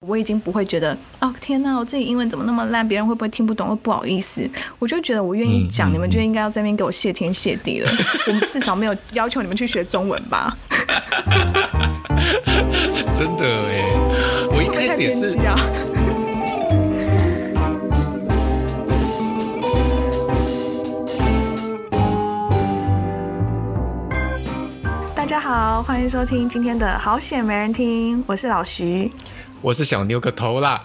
我已经不会觉得哦天哪，我自己英文怎么那么烂，别人会不会听不懂，会不好意思。我就觉得我愿意讲，你们就应该要在那边给我谢天谢地了。我们至少没有要求你们去学中文吧？ 真的耶，我一开始也是。 大家好，欢迎收听今天的好险没人听，我是老徐， 我是小妞个头啦。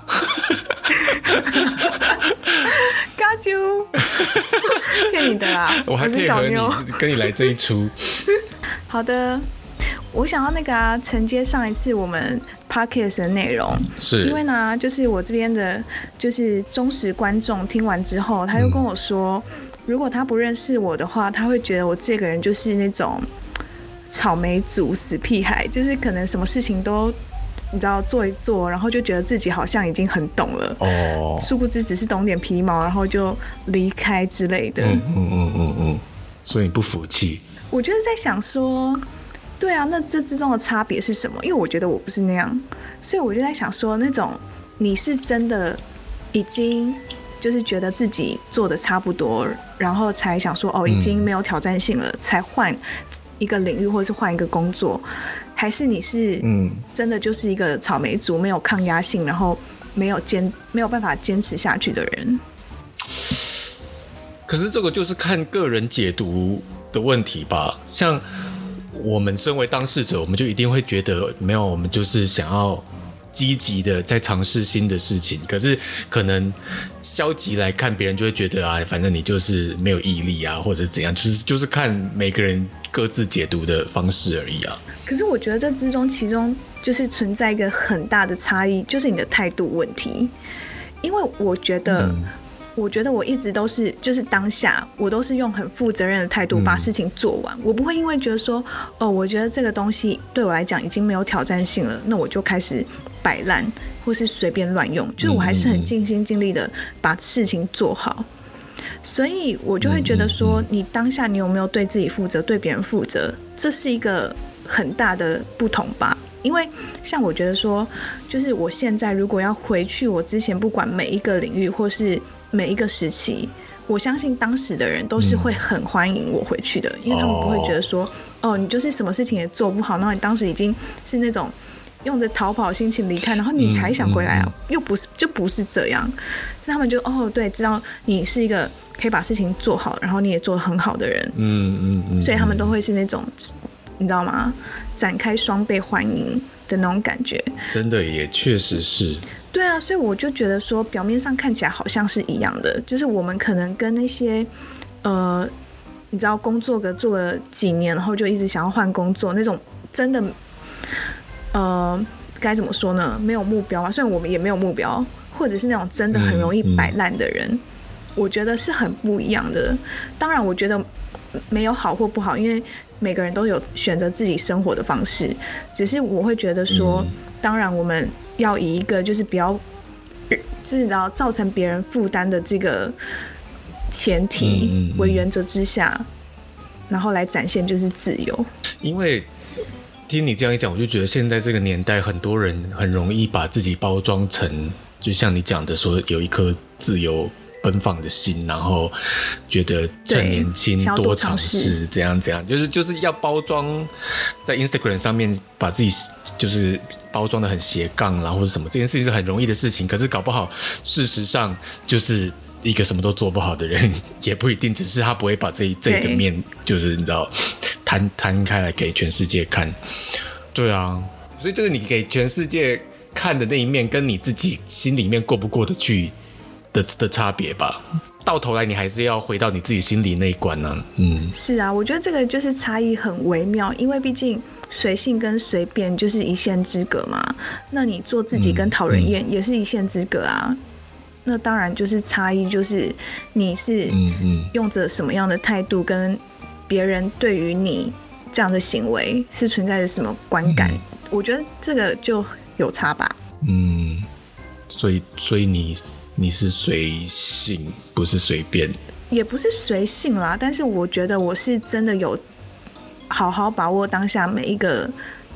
嘎啾，骗你的啦， 我还配合你，跟你来这一出。 好的，我想要承接上一次我们 podcast 的内容， 是因为呢，就是我这边的，就是忠实观众听完之后，他就跟我说，如果他不认识我的话，他会觉得我这个人就是那种草莓族、死屁孩，就是可能什么事情都你知道做一做，然后就觉得自己好像已经很懂了，殊不知只是懂点皮毛，然后就离开之类的。 所以你不服气？ 我就是在想说，对啊，那这之中的差别是什么？因为我觉得我不是那样，所以我就在想说，那种你是真的已经就是觉得自己做的差不多，然后才想说已经没有挑战性了，才换一个领域或者是换一个工作，还是你是真的就是一个草莓族，没有抗压性，然后没有办法坚持下去的人？ 可是这个就是看个人解读的问题吧。像我们身为当事者，我们就一定会觉得没有，我们就是想要积极的在尝试新的事情。可是可能消极来看，别人就会觉得反正你就是没有毅力啊，或者是怎样，就是看每个人各自解读的方式而已啊。 可是我觉得这之中其中就是存在一个很大的差异，就是你的态度问题。因为我觉得我一直都是就是当下我都是用很负责任的态度把事情做完，我不会因为觉得说我觉得这个东西对我来讲已经没有挑战性了，那我就开始摆烂或是随便乱用，就是我还是很尽心尽力的把事情做好。所以我就会觉得说，你当下你有没有对自己负责，对别人负责，这是一个很大的不同吧。因为像我觉得说，就是我现在如果要回去我之前不管每一个领域或是每一个时期，我相信当时的人都是会很欢迎我回去的，因为他们不会觉得说你就是什么事情也做不好，然后你当时已经是那种用着逃跑心情离开，然后你还想回来啊，就不是这样，是他们就对，知道你是一个可以把事情做好，然后你也做得很好的人，所以他们都会是那种你知道吗？展开双倍欢迎的那种感觉。真的也确实是。对啊，所以我就觉得说，表面上看起来好像是一样的，就是我们可能跟那些你知道工作做了几年，然后就一直想要换工作那种，真的该怎么说呢？没有目标啊，虽然我们也没有目标，或者是那种真的很容易摆烂的人，我觉得是很不一样的。当然，我觉得没有好或不好，因为每个人都有选择自己生活的方式，只是我会觉得说，当然我们要以一个就是比较就是造成别人负担的这个前提为原则之下，然后来展现就是自由。因为听你这样一讲，我就觉得现在这个年代，很多人很容易把自己包装成，就像你讲的说，有一颗自由奔放的心，然后觉得趁年轻多尝试，怎样怎样，就是要包装在 Instagram 上面，把自己就是包装的很斜杠啦，或者什么，这件事情是很容易的事情，可是搞不好事实上就是一个什么都做不好的人，也不一定，只是他不会把这个面，就是你知道摊开来给全世界看。对啊，所以就是你给全世界看的那一面，跟你自己心里面过不过得去的差别吧。到头来你还是要回到你自己心里那一关呢。是啊，我觉得这个就是差异很微妙，因为毕竟随性跟随便就是一线之隔嘛。那你做自己跟讨人厌也是一线之隔啊。那当然就是差异，就是你是用着什么样的态度，跟别人对于你这样的行为是存在着什么观感，我觉得这个就有差吧。所以你是随性，不是随便？也不是随性啦，但是我觉得我是真的有好好把握当下每一个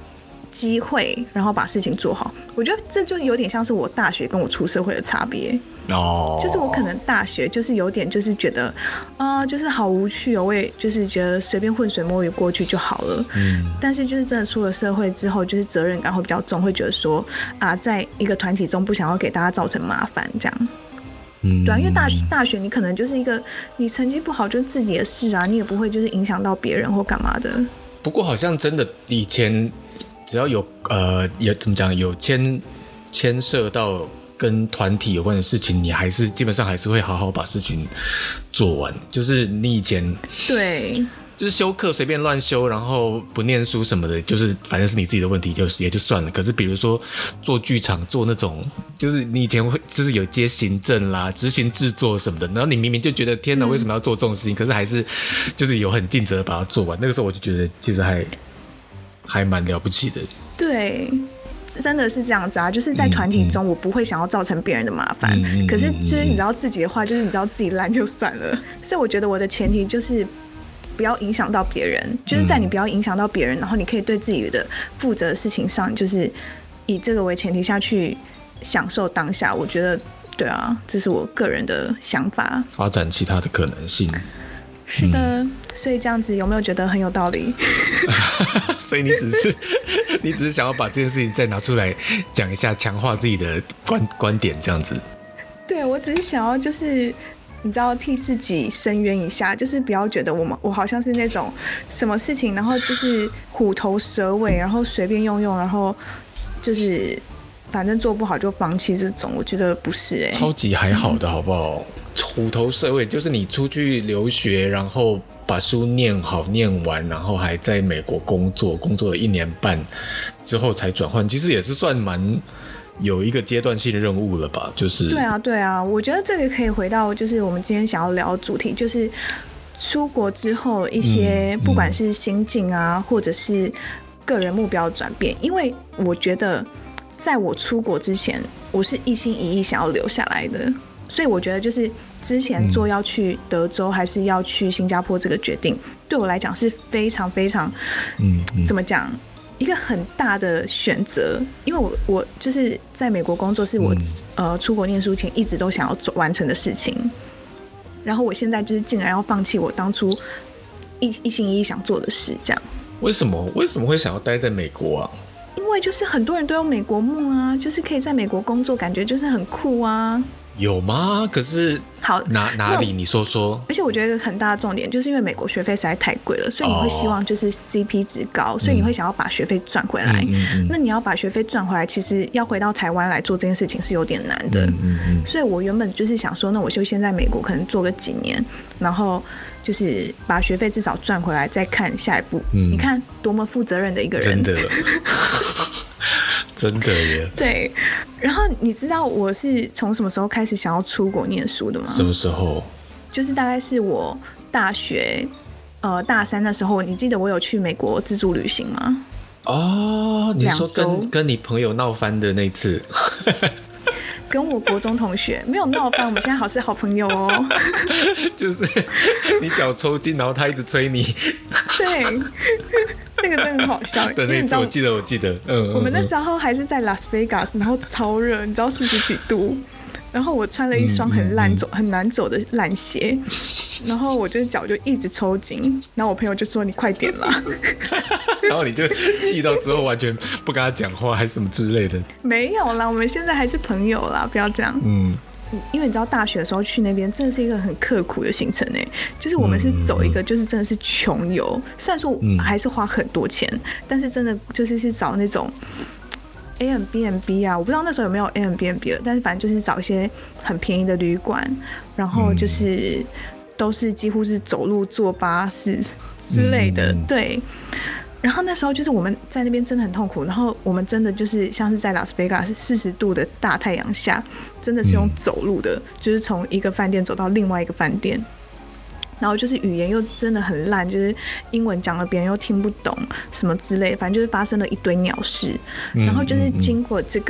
机会，然后把事情做好。我觉得这就有点像是我大学跟我出社会的差别。就是我可能大学就是有点就是觉得就是好无趣哦，我也就是觉得随便浑水摸鱼过去就好了。但是就是真的出了社会之后，就是责任感会比较重，会觉得说在一个团体中不想要给大家造成麻烦这样。对啊，因为大学你可能就是一个你成绩不好就是自己的事啊，你也不会就是影响到别人或干嘛的。 不过好像真的以前只要有也怎么讲，有牵涉到跟团体有关的事情，你还是基本上还是会好好把事情做完。就是你以前对。 就是修课随便乱修，然后不念书什么的，就是反正是你自己的问题，也就算了。可是比如说做剧场，做那种就是你以前会就是有接行政啦、执行制作什么的，然后你明明就觉得天哪，为什么要做这种事情？可是还是就是有很尽责的把它做完。那个时候我就觉得其实还蛮了不起的。 对。真的是这样子啊，就是在团体中我不会想要造成别人的麻烦，可是就是你知道自己的话，就是你知道自己烂就算了。所以我觉得我的前提就是不要影响到别人，就是在你不要影响到别人，然后你可以对自己的负责的事情上，就是以这个为前提下去享受当下。我觉得对啊，这是我个人的想法， 发展其他的可能性。 是的，所以这样子有没有觉得很有道理？ 所以你只是想要把这件事情再拿出来讲一下，强化自己的观点这样子。 对，我只是想要就是你知道替自己申冤一下，就是不要觉得我好像是那种什么事情然后就是虎头蛇尾，然后随便用，然后就是反正做不好就放弃这种。我觉得不是超级还好的好不好？虎头蛇尾就是你出去留学，然后把书念好念完，然后还在美国工作了1年半之后才转换，其实也是算蛮有一个阶段性的任务了吧？就是对啊，我觉得这个可以回到就是我们今天想要聊的主题，就是出国之后一些不管是心境啊，或者是个人目标的转变。因为我觉得在我出国之前，我是一心一意想要留下来的，所以我觉得就是之前做要去德州还是要去新加坡这个决定，对我来讲是非常非常怎么讲，一个很大的选择。因为我就是在美国工作是我出国念书前一直都想要完成的事情，然后我现在就是竟然要放弃我当初一心一意想做的事，这样。 为什么会想要待在美国啊？ 因为就是很多人都有美国梦啊，就是可以在美国工作，感觉就是很酷啊。 有吗？可是好哪里？你说说。 而且我觉得一个很大的重点，就是因为美国学费实在太贵了，所以你会希望就是 CP 值高，所以你会想要把学费赚回来。那你要把学费赚回来，其实要回到台湾来做这件事情是有点难的。所以我原本就是想说，那我就先在美国可能做个几年，然后就是把学费至少赚回来，再看下一步。你看多么负责任的一个人。 真的。真的耶。 对，然后你知道我是从什么时候开始想要出国念书的吗？ 什么时候？ 就是大概是我大学大3的时候。你记得我有去美国自助旅行吗？ 哦，你说跟你朋友闹翻的那次。 跟我国中同学没有闹翻，我们现在好是好朋友哦。 就是你脚抽筋，然后他一直催你。 对，那个真的很好笑。 的那次我记得， 我们那时候还是在拉斯维加斯，然后超热，你知道40几度。然后我穿了一双很难走的烂鞋，然后我就脚就一直抽筋，然后我朋友就说你快点啦。 然后你就气到之后完全不跟他讲话还是什么之类的。 没有啦，我们现在还是朋友啦，不要这样。因为你知道大学的时候去那边真的是一个很刻苦的行程欸，就是我们是走一个就是真的是穷游，虽然说还是花很多钱，但是真的就是找那种Airbnb 啊，我不知道那时候有没有 Airbnb 了，但是反正就是找一些很便宜的旅馆，然后就是都是几乎是走路坐巴士之类的。对，然后那时候就是我们在那边真的很痛苦，然后我们真的就是像是在拉斯维加斯40度的大太阳下，真的是用走路的，就是从一个饭店走到另外一个饭店。然后就是语言又真的很烂，就是英文讲了别人又听不懂什么之类的，反正就是发生了一堆鸟事。然后就是经过这个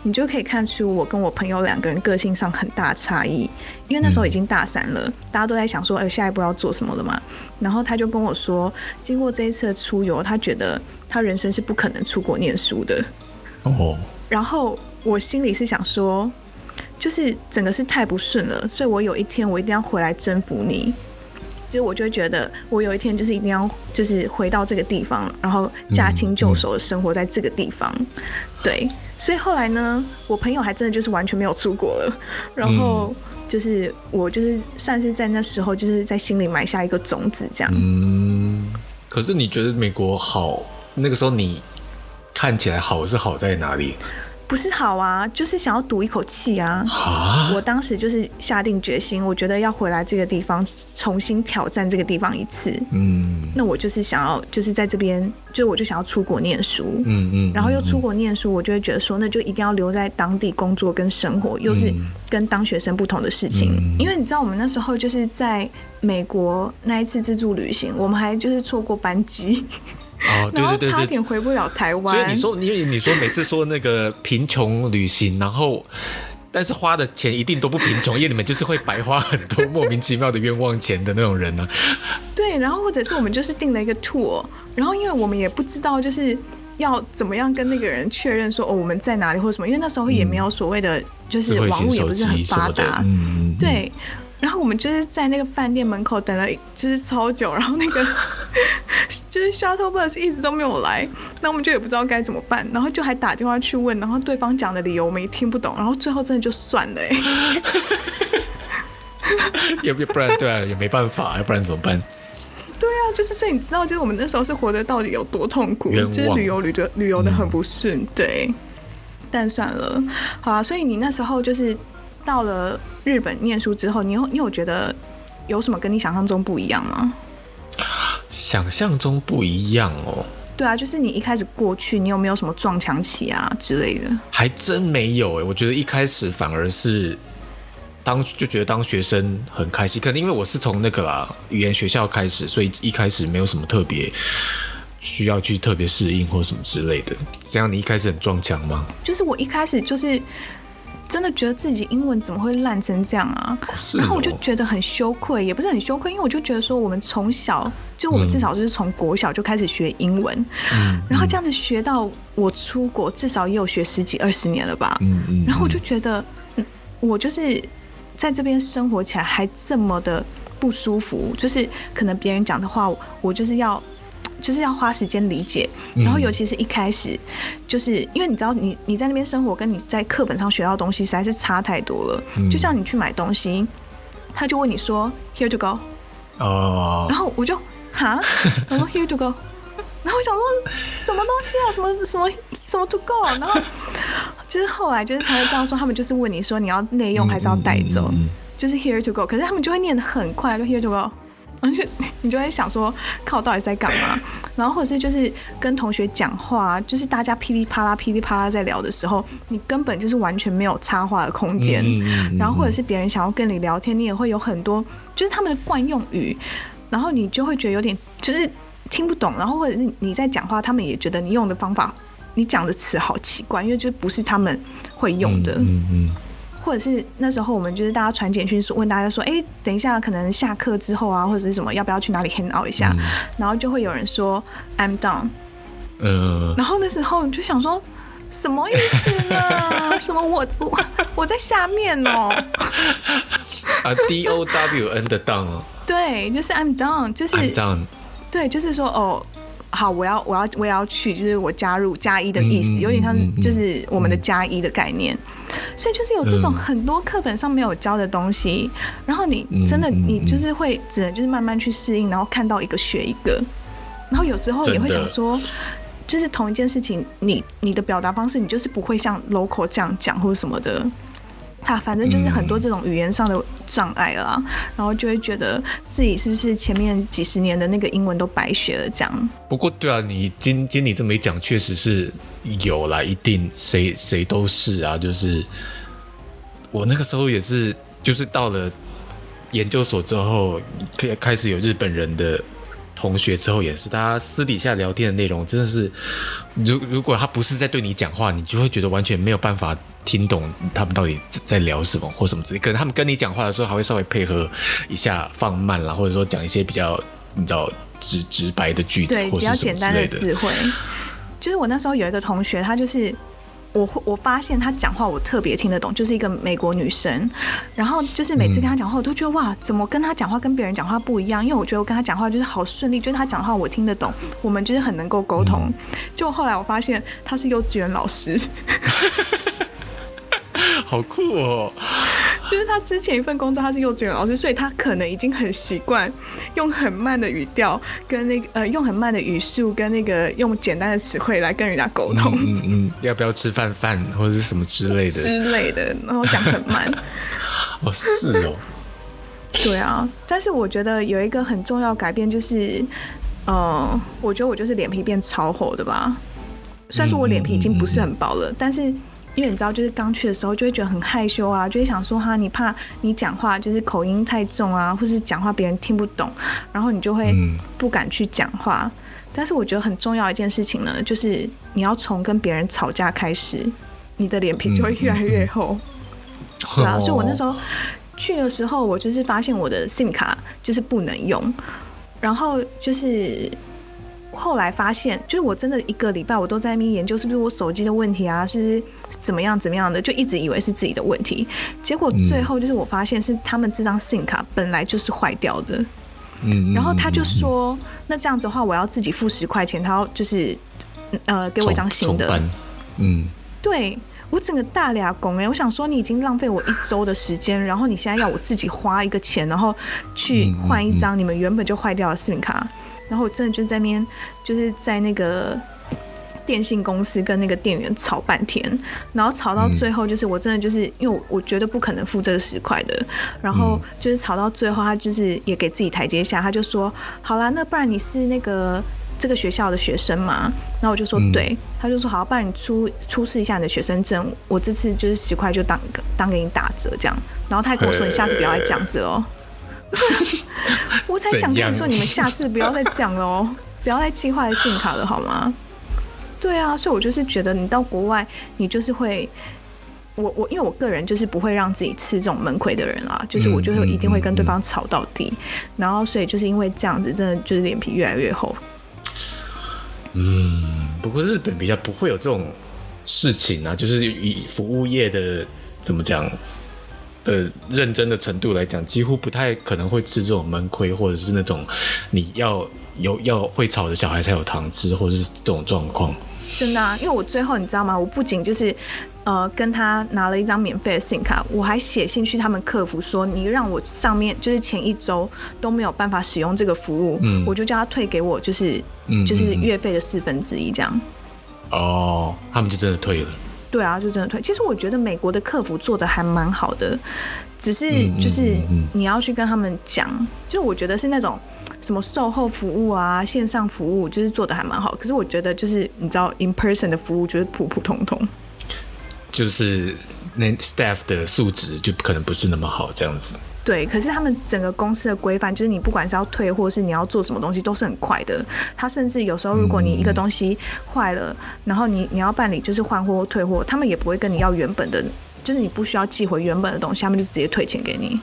你就可以看出我跟我朋友两个人个性上很大差异。因为那时候已经大3了，大家都在想说，下一步要做什么了嘛。然后他就跟我说，经过这一次的出游，他觉得他人生是不可能出国念书的。 哦。 然后我心里是想说，就是整个是太不顺了，所以我有一天我一定要回来征服你。就是我就会觉得，我有一天就是一定要就是回到这个地方，然后驾轻就熟的生活在这个地方。对，所以后来呢，我朋友还真的就是完全没有出国了，然后就是我就是算是在那时候就是在心里埋下一个种子这样。 可是你觉得美国好？那个时候你看起来好是好在哪里？ 不是好啊，就是想要赌一口气啊！我当时就是下定决心，我觉得要回来这个地方，重新挑战这个地方一次。那我就是想要，就是在这边，就我就想要出国念书。然后又出国念书，我就会觉得说，那就一定要留在当地工作跟生活，又是跟当学生不同的事情。因为你知道，我们那时候就是在美国那一次自助旅行，我们还就是错过班机。然后差点回不了台湾。 所以你说每次说那个贫穷旅行，然后但是花的钱一定都不贫穷，因为你们就是会白花很多莫名其妙的冤枉钱的那种人呢。 对，然后或者是我们就是订了一个 tour， 然后因为我们也不知道就是要怎么样跟那个人确认说我们在哪里或什么，因为那时候也没有所谓的就是网络也不是很发达。对。然后我们就是在那个饭店门口等了就是超久，然后那个就是 shuttle bus 一直都没有来，那我们就也不知道该怎么办，然后就还打电话去问，然后对方讲的理由我们也听不懂，然后最后真的就算了要不然对啊，也没办法，要不然怎么办？ 对啊，就是所以你知道，就是我们那时候是活得到底有多痛苦，就是旅游的很不顺，对。但算了，好啊，所以你那时候就是到了日本念书之后，你有觉得有什么跟你想象中不一样吗？ 想象中不一样哦。 对啊，就是你一开始过去，你有没有什么撞墙期啊之类的？ 还真没有我觉得一开始反而是就觉得当学生很开心，可能因为我是从那个啦语言学校开始，所以一开始没有什么特别需要去特别适应或什么之类的。这样你一开始很撞墙吗？就是我一开始就是真的觉得自己英文怎么会烂成这样啊？然后我就觉得很羞愧，也不是很羞愧，因为我就觉得说我们从小就我们至少就是从国小就开始学英文，然后这样子学到我出国至少也有学10几20年了吧，然后我就觉得我就是在这边生活起来还这么的不舒服，就是可能别人讲的话我就是要花时间理解，然后尤其是一开始，就是因为你知道你在那边生活跟你在课本上学到的东西实在是差太多了。就像你去买东西，他就问你说 Here to go， 然后我就哈，我说 Here to go， 然后我想说什么东西啊，什么 to go， 然后就是后来就是才会知道说他们就是问你说你要内用还是要带走，就是 Here to go， 可是他们就会念得很快，就 Here to go。然后你就会想说，看我到底在干嘛？然后或者是就是跟同学讲话，就是大家噼里啪啦在聊的时候，你根本就是完全没有插话的空间。然后或者是别人想要跟你聊天，你也会有很多就是他们的惯用语，然后你就会觉得有点就是听不懂。然后或者是你在讲话，他们也觉得你用的方法，你讲的词好奇怪，因为就不是他们会用的。或者是那时候我们就是大家传简讯问大家说，等一下可能下课之后啊，或者是什么要不要去哪里 hang out 一下，然后就会有人说 I'm down，然后那时候你就想说什么意思呢？什么我在下面哦 DOWN 的 down， 对，就是 I'm down， 就是 I'm down， 对，就是说好，我也要去，就是我加入加一的意思，有点像就是我们的加一的概念，所以就是有这种很多课本上没有教的东西，然后你真的你就是会只能就是慢慢去适应，然后看到一个学一个，然后有时候也会想说，就是同一件事情，你的表达方式你就是不会像 local 这样讲或者什么的。反正就是很多这种语言上的障碍啦，然后就会觉得自己是不是前面几十年的那个英文都白学了这样。 不过对啊，你经你这么一讲，确实是有啦，一定谁都是啊。就是我那个时候也是，就是到了研究所之后，开始有日本人的同学之后，也是大家私底下聊天的内容，真的是如果他不是在对你讲话，你就会觉得完全没有办法听懂他们到底在聊什么或什么之类，可能他们跟你讲话的时候还会稍微配合一下放慢啦，或者说讲一些比较你知道直白的句子， 对， 或是什么之类的。 比较简单的智慧。就是我那时候有一个同学，他就是我发现他讲话我特别听得懂，就是一个美国女生。然后就是每次跟他讲话，我都觉得哇，怎么跟他讲话跟别人讲话不一样？因为我觉得我跟他讲话就是好顺利，就是他讲话我听得懂，我们就是很能够沟通。结果后来我发现他是幼稚园老师。 好酷哦！ 就是他之前一份工作他是幼稚园老师，所以他可能已经很习惯用很慢的语调跟用很慢的语速跟用简单的词汇来跟人家沟通。 要不要吃饭或者是什么之类的然后讲很慢。 哦，是哦。 对啊，但是我觉得有一个很重要改变就是，我觉得我就是脸皮变超厚的吧。虽然说我脸皮已经不是很薄了，但是因为你知道，就是刚去的时候就会觉得很害羞啊，就会想说哈，你怕你讲话就是口音太重啊，或是讲话别人听不懂，然后你就会不敢去讲话。但是我觉得很重要一件事情呢，就是你要从跟别人吵架开始，你的脸皮就会越来越厚。对啊，所以我那时候去的时候，我就是发现我的 SIM 卡就是不能用，然后就是后来发现，就是我真的一个礼拜我都在那边研究是不是我手机的问题啊，是不是怎么样的，就一直以为是自己的问题，结果最后就是我发现是他们这张 SIM 卡本来就是坏掉的。然后他就说，那这样子的话，我要自己付10块钱，他要就是给我一张新的。对，我整个大俩公我想说你已经浪费我1周的时间，然后你现在要我自己花一个钱，然后去换一张你们原本就坏掉的 SIM 卡。然后我真的就在那边，就是在那个电信公司跟那个店员吵半天，然后吵到最后，就是我真的就是因为我绝对不可能付这个10块的，然后就是吵到最后，他就是也给自己台阶下，他就说好啦，那不然你是这个学校的学生嘛？然后我就说对，他就说好，不然你出示一下你的学生证，我这次就是10块就当给你打折这样，然后他还跟我说你下次不要再这样子哦。我才想跟你说，你们下次不要再讲了哦，不要再寄坏的信卡了，好吗？对啊，所以我就是觉得你到国外，你就是会，因为我个人就是不会让自己吃这种闷亏的人啦，就是我就是一定会跟对方吵到底，然后所以就是因为这样子，真的就是脸皮越来越厚。 不过日本比较不会有这种事情啊，就是以服务业的怎么讲？认真的程度来讲，几乎不太可能会吃这种闷亏，或者是那种你要会吵的小孩才有糖吃，或者是这种状况。 真的啊，因为我最后你知道吗？我不仅就是跟他拿了一张免费的 SIM 卡，我还写信去他们客服说，你让我上面就是前1周都没有办法使用这个服务，我就叫他退给我就是月费的1/4这样。哦， 他们就真的退了。 对啊，就真的退。其实我觉得美国的客服做的还蛮好的，只是就是你要去跟他们讲，就我觉得是那种什么售后服务啊、线上服务，就是做的还蛮好。可是我觉得就是你知道 in person 的服务就是普普通通， 就是那 staff 的素质就可能不是那么好这样子。 对，可是他们整个公司的规范，就是你不管是要退或是你要做什么东西，都是很快的。他甚至有时候，如果你一个东西坏了，然后你要办理就是换货或退货，他们也不会跟你要原本的，就是你不需要寄回原本的东西，他们就直接退钱给你。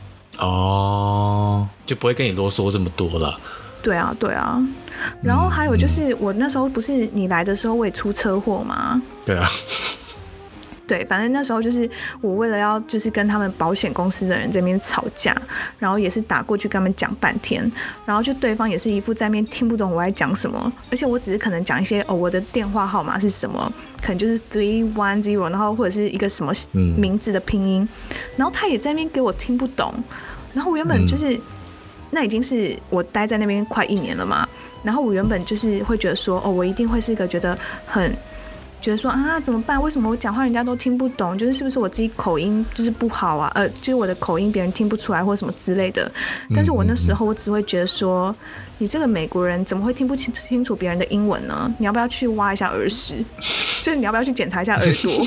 就不会跟你啰嗦这么多了。 对啊，对啊。然后还有就是，我那时候不是你来的时候我也出车祸吗？ 对啊。 对，反正那时候就是我为了要就是跟他们保险公司的人这边吵架，然后也是打过去跟他们讲半天，然后就对方也是一副在那边听不懂我在讲什么，而且我只是可能讲一些我的电话号码是什么，可能就是310，然后或者是一个什么名字的拼音，然后他也在那边给我听不懂，然后我原本就是那已经是我待在那边快1年了嘛，然后我原本就是会觉得说我一定会是一个觉得说啊怎么办？为什么我讲话人家都听不懂？就是是不是我自己口音就是不好啊？就是我的口音别人听不出来或什么之类的。但是我那时候我只会觉得说，你这个美国人怎么会听不清楚别人的英文呢？你要不要去挖一下耳屎？就是你要不要去检查一下耳朵？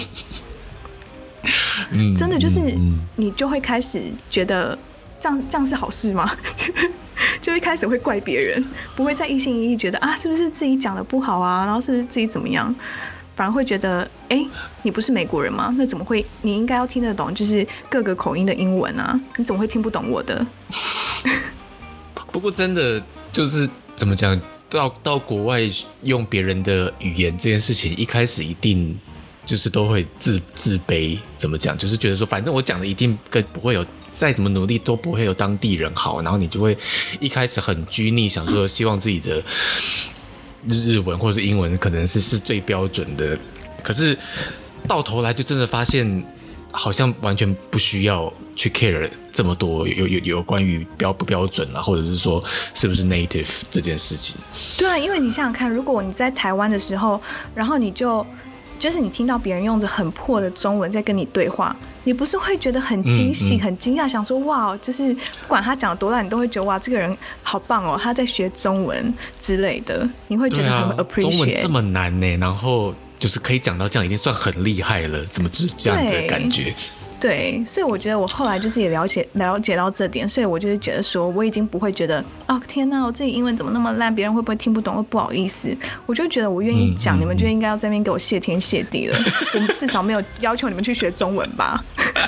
真的就是你就会开始觉得这样是好事吗？就会开始会怪别人，不会再一心一意觉得啊是不是自己讲的不好啊，然后是不是自己怎么样？ 反而会觉得，你不是美国人吗？那怎么会？你应该要听得懂，就是各个口音的英文啊，你怎么会听不懂我的？ 不过真的就是怎么讲，到国外用别人的语言这件事情，一开始一定就是都会自卑，怎么讲？就是觉得说，反正我讲的一定不会有，再怎么努力都不会有当地人好，然后你就会一开始很拘泥，想说希望自己的日文或是英文可能是最标准的，可是到头来就真的发现，好像完全不需要去 care 这么多有关于标不标准啊，或者是说是不是 native 这件事情。 对啊，因为你想想看，如果你在台湾的时候，然后你就是你听到别人用着很破的中文在跟你对话，你不是会觉得很惊喜、很惊讶，想说哇，就是不管他讲多烂，你都会觉得哇，这个人好棒哦，他在学中文之类的，你会觉得很 appreciate。 中文这么难呢，然后就是可以讲到这样，已经算很厉害了，怎么只是这样的感觉？ 对，所以我觉得我后来就是也了解到这点，所以我就是觉得说，我已经不会觉得哦天哪，我自己英文怎么那么烂，别人会不会听不懂，会不好意思。我就觉得我愿意讲，你们就应该要在那边给我谢天谢地了。我们至少没有要求你们去学中文吧？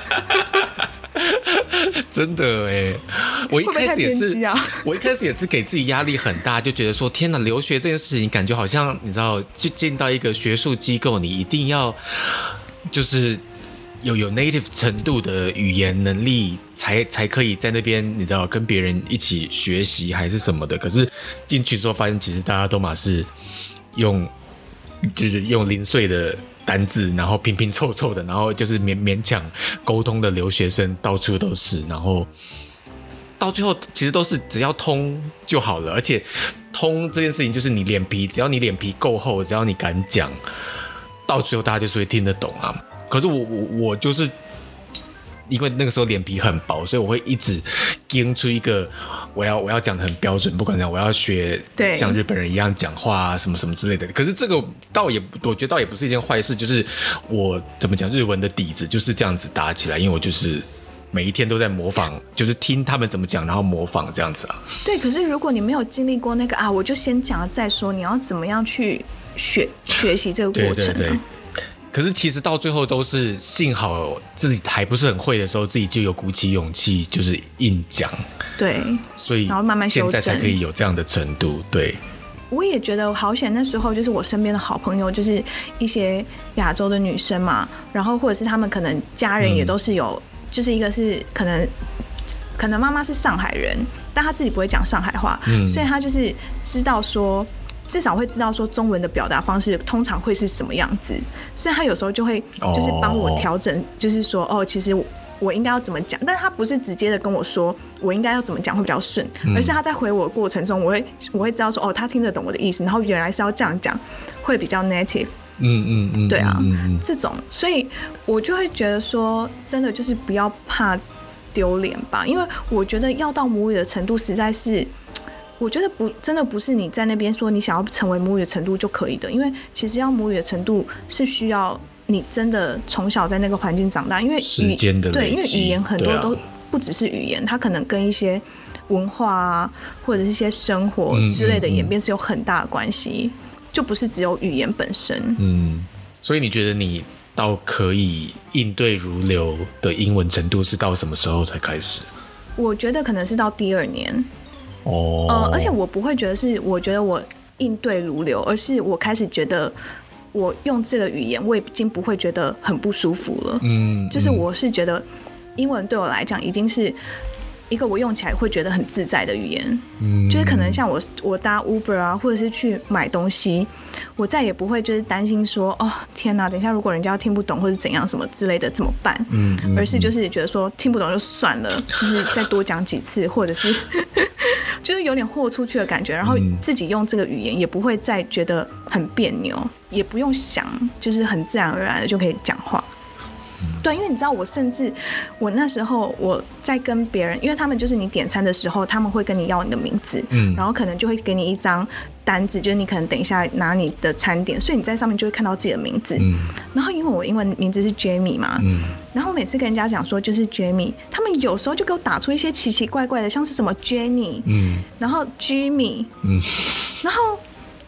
真的哎，我一开始也是给自己压力很大，就觉得说天哪，留学这件事情感觉好像你知道，进到一个学术机构，你一定要就是有 native 程度的语言能力才可以在那边你知道跟别人一起学习还是什么的。可是进去之后发现，其实大家都嘛是用零碎的单字，然后拼拼凑凑的，然后就是勉强沟通的留学生到处都是，然后到最后其实都是只要通就好了，而且通这件事情就是你脸皮，只要你脸皮够厚，只要你敢讲，到最后大家就是会听得懂啊。可是我就是因为那个时候脸皮很薄，所以我会一直盯出一个我要讲的很标准，不管怎样，我要学像日本人一样讲话啊，什么什么之类的。可是这个我觉得倒也不是一件坏事，就是我怎么讲，日文的底子就是这样子打起来，因为我就是每一天都在模仿，就是听他们怎么讲，然后模仿这样子啊。 对，可是如果你没有经历过那个啊，我就先讲了再说，你要怎么样去学习这个过程呢？ 对。可是其实到最后都是幸好自己还不是很会的时候，自己就有鼓起勇气，就是硬讲。 对， 所以然后慢慢修正， 现在才可以有这样的程度。对， 我也觉得好险，那时候就是我身边的好朋友，就是一些亚洲的女生嘛，然后或者是他们可能家人也都是有，就是一个是可能妈妈是上海人，但她自己不会讲上海话，所以她就是知道说。至少会知道说中文的表达方式通常会是什么样子，所以他有时候就会就是帮我调整，就是说哦，其实我应该要怎么讲，但他不是直接的跟我说我应该要怎么讲会比较顺，而是他在回我的过程中，我会知道说哦，他听得懂我的意思，然后原来是要这样讲，会比较 native。对啊，这种，所以我就会觉得说，真的就是不要怕丢脸吧，因为我觉得要到母语的程度实在是。我觉得真的不是你在那边说你想要成为母语的程度就可以的，因为其实要母语的程度是需要你真的从小在那个环境长大，因为时间的累积， 对，因为语言很多都不只是语言，它可能跟一些文化啊，或者是一些生活之类的演变是有很大的关系，就不是只有语言本身。 所以你觉得你到可以应对如流的英文程度是到什么时候才开始？ 我觉得可能是到第2年。而且我不会觉得是我觉得我应对如流，而是我开始觉得我用这个语言我已经不会觉得很不舒服了。就是我是觉得英文对我来讲已经是一个我用起来会觉得很自在的语言。就是可能像我搭 Uber 啊，或者是去买东西，我再也不会就是担心说哦天哪，等一下如果人家听不懂或者怎样什么之类的怎么办？而是就是觉得说听不懂就算了，就是再多讲几次，或者是就是有点豁出去的感觉，然后自己用这个语言也不会再觉得很别扭，也不用想，就是很自然而然的就可以讲话。对，因为你知道我那时候我在跟别人，因为他们就是你点餐的时候他们会跟你要你的名字，然后可能就会给你一张单子，就是你可能等一下拿你的餐点，所以你在上面就会看到自己的名字。然后因为我英文名字是 Jamie 嘛，然后我每次跟人家讲说就是 Jamie， 他们有时候就给我打出一些奇奇怪怪的，像是什么 Jenny，然后 Jimmy，然后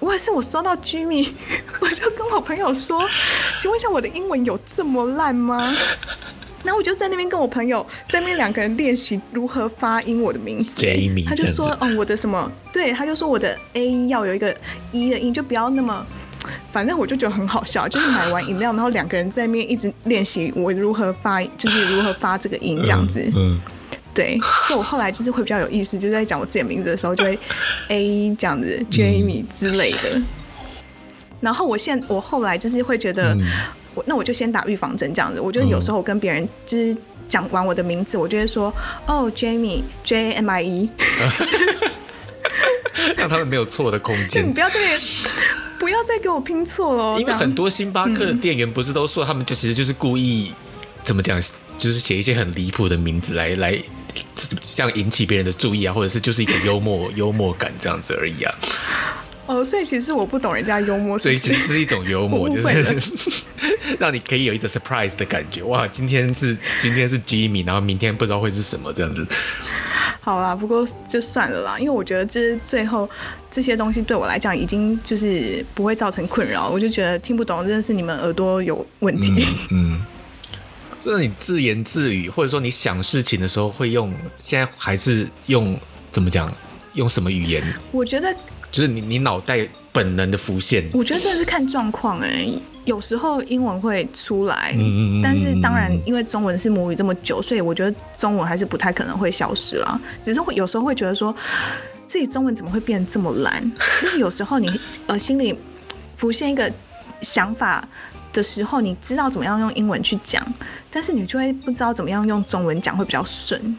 我收到 Jimmy， 我就跟我朋友说，请问一下我的英文有这么烂吗？然后我就在那边跟我朋友在那边2个人练习如何发音我的名字。 Jamie， 他就说我的什么，对，他就说我的 A 要有一个 E 的音，就不要那么。反正我就觉得很好笑，就是买完饮料，然后2个人在那边一直练习我如何发，就是如何发这个音这样子。对，所以我后来就是会比较有意思，就是在讲我自己的名字的时候，就会 A 这样子 ，Jamie 之类的。然后我后来就是会觉得，那我就先打预防针这样子。我觉得有时候我跟别人就是讲完我的名字，我就会说Jamie Jamie， 让他们没有错的空间。 你不要再给我拼错了。 因为很多星巴克的店员不是都说他们就其实就是故意怎么讲，就是写一些很离谱的名字来这样引起别人的注意啊，或者是就是一个幽默感这样子而已啊。 所以其实我不懂人家幽默， 所以其实是一种幽默，就是让你可以有一种 surprise 的感觉。哇，今天是 Jimmy， 然后明天不知道会是什么这样子。 好啦，不过就算了啦，因为我觉得就是最后这些东西对我来讲已经就是不会造成困扰，我就觉得听不懂真的是你们耳朵有问题。 就是你自言自语，或者说你想事情的时候会用，现在还是用怎么讲？用什么语言？ 我觉得就是你脑袋本能的浮现。 我觉得真的是看状况有时候英文会出来，但是当然因为中文是母语这么久，所以我觉得中文还是不太可能会消失啦。只是有时候会觉得说，自己中文怎么会变得这么烂？就是有时候你心里浮现一个想法的时候，你知道怎么样用英文去讲，但是你就会不知道怎么样用中文讲会比较顺。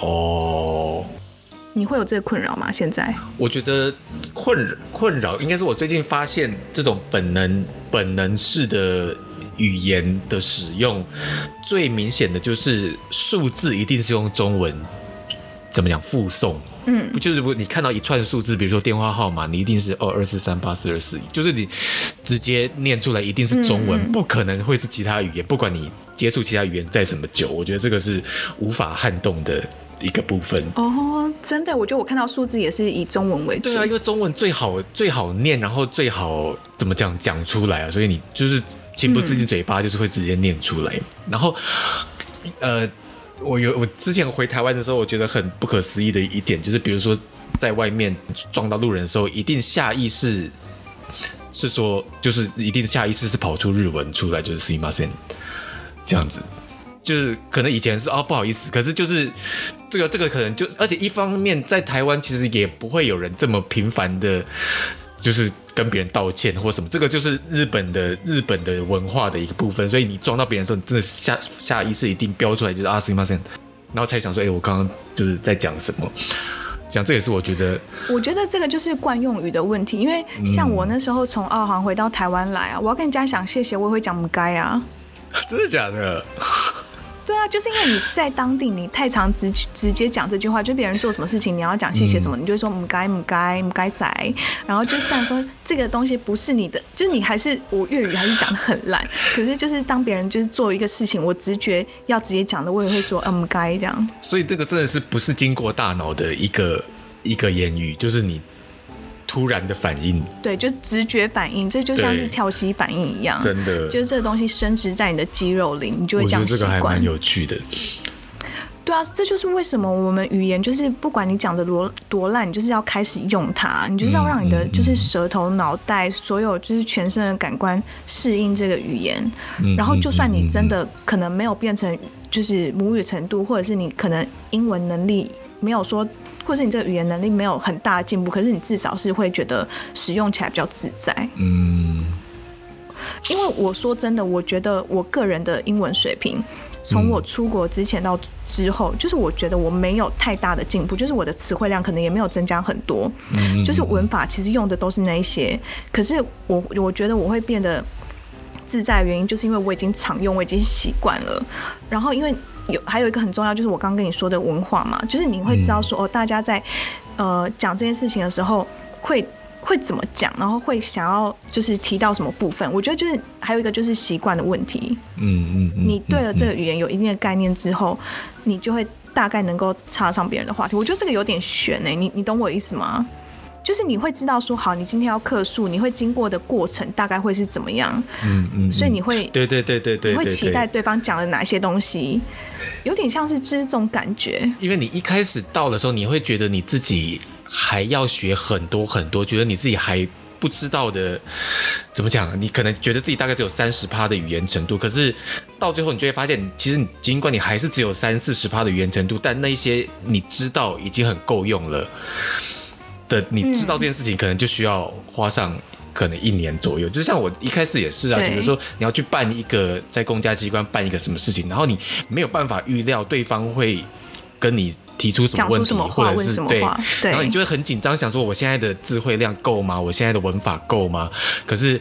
你会有这个困扰吗？现在我觉得困扰应该是我最近发现这种本能式的语言的使用，最明显的就是数字一定是用中文怎么讲附送。不就是你看到一串数字，比如说电话号码，你一定是24384241，就是你直接念出来一定是中文，不可能会是其他语言。不管你接触其他语言再怎么久，我觉得这个是无法撼动的一个部分。 真的，我觉得我看到数字也是以中文为主。 对啊，因为中文最好念，然后最好怎么讲出来啊，所以你就是情不自禁嘴巴就是会直接念出来。然后我之前回台湾的时候，我觉得很不可思议的一点就是，比如说在外面撞到路人的时候，一定下意识是说，就是一定下意识是跑出日文出来，就是すいません这样子。就是可能以前是不好意思，可是就是这个可能就，而且一方面在台湾其实也不会有人这么频繁的，就是跟别人道歉或什么，这个就是日本的文化的一个部分，所以你撞到别人的时候，你真的下意识一定标出来就是すいません，然后才想说，我刚刚就是在讲什么。这也是我觉得这个就是惯用语的问题，因为像我那时候从澳航回到台湾来啊，我要跟人家讲谢谢，我也会讲唔该啊。 真的假的？ 对啊，就是因为你在当地你太常直接讲这句话，就别人做什么事情你要讲谢谢什么，你就会说唔该仔，然后就算说这个东西不是你的，就是你还是我粤语还是讲得很烂，可是就是当别人就是做一个事情，我直觉要直接讲的，我也会说唔该这样。 所以这个真的是不是经过大脑的一个言语，就是你突然的反应， 对，就直觉反应，这就像是跳息反应一样， 真的， 就是这个东西深植在你的肌肉里，你就会这样习惯。 我觉得这个还蛮有趣的。 对啊，这就是为什么我们语言就是不管你讲的多烂，你就是要开始用它，你就是要让你的就是舌头、脑袋所有就是全身的感官适应这个语言，然后就算你真的可能没有变成就是母语程度，或者是你可能英文能力没有说。或是你这个语言能力没有很大的进步，可是你至少是会觉得使用起来比较自在。因为我说真的，我觉得我个人的英文水平，从我出国之前到之后，就是我觉得我没有太大的进步，就是我的词汇量可能也没有增加很多，就是文法其实用的都是那一些，可是我觉得我会变得自在的原因，就是因为我已经常用，我已经习惯了，然后因为。还有一个很重要，就是我刚跟你说的文化嘛，就是你会知道说大家在讲这件事情的时候会怎么讲，然后会想要就是提到什么部分。我觉得就是还有一个就是习惯的问题。你对了这个语言有一定的概念之后，你就会大概能够插上别人的话题。我觉得这个有点悬你懂我意思吗？ 就是你会知道说，好，你今天要客诉，你会经过的过程大概会是怎么样，所以你会对， 你会期待对方讲了哪些东西，有点像是这种感觉。 因为你一开始到的时候，你会觉得你自己还要学很多很多，觉得你自己还不知道的，怎么讲？你可能觉得自己大概只有30%的语言程度，可是到最后你就会发现，其实尽管你还是只有30-40%的语言程度，但那一些你知道已经很够用了的，你知道这件事情可能就需要花上可能1年左右。就像我一开始也是啊，就比如说你要去办一个在公家机关办一个什么事情，然后你没有办法预料对方会跟你提出什么问题，或者是对，然后你就会很紧张，想说我现在的智慧量够吗？我现在的文法够吗？可是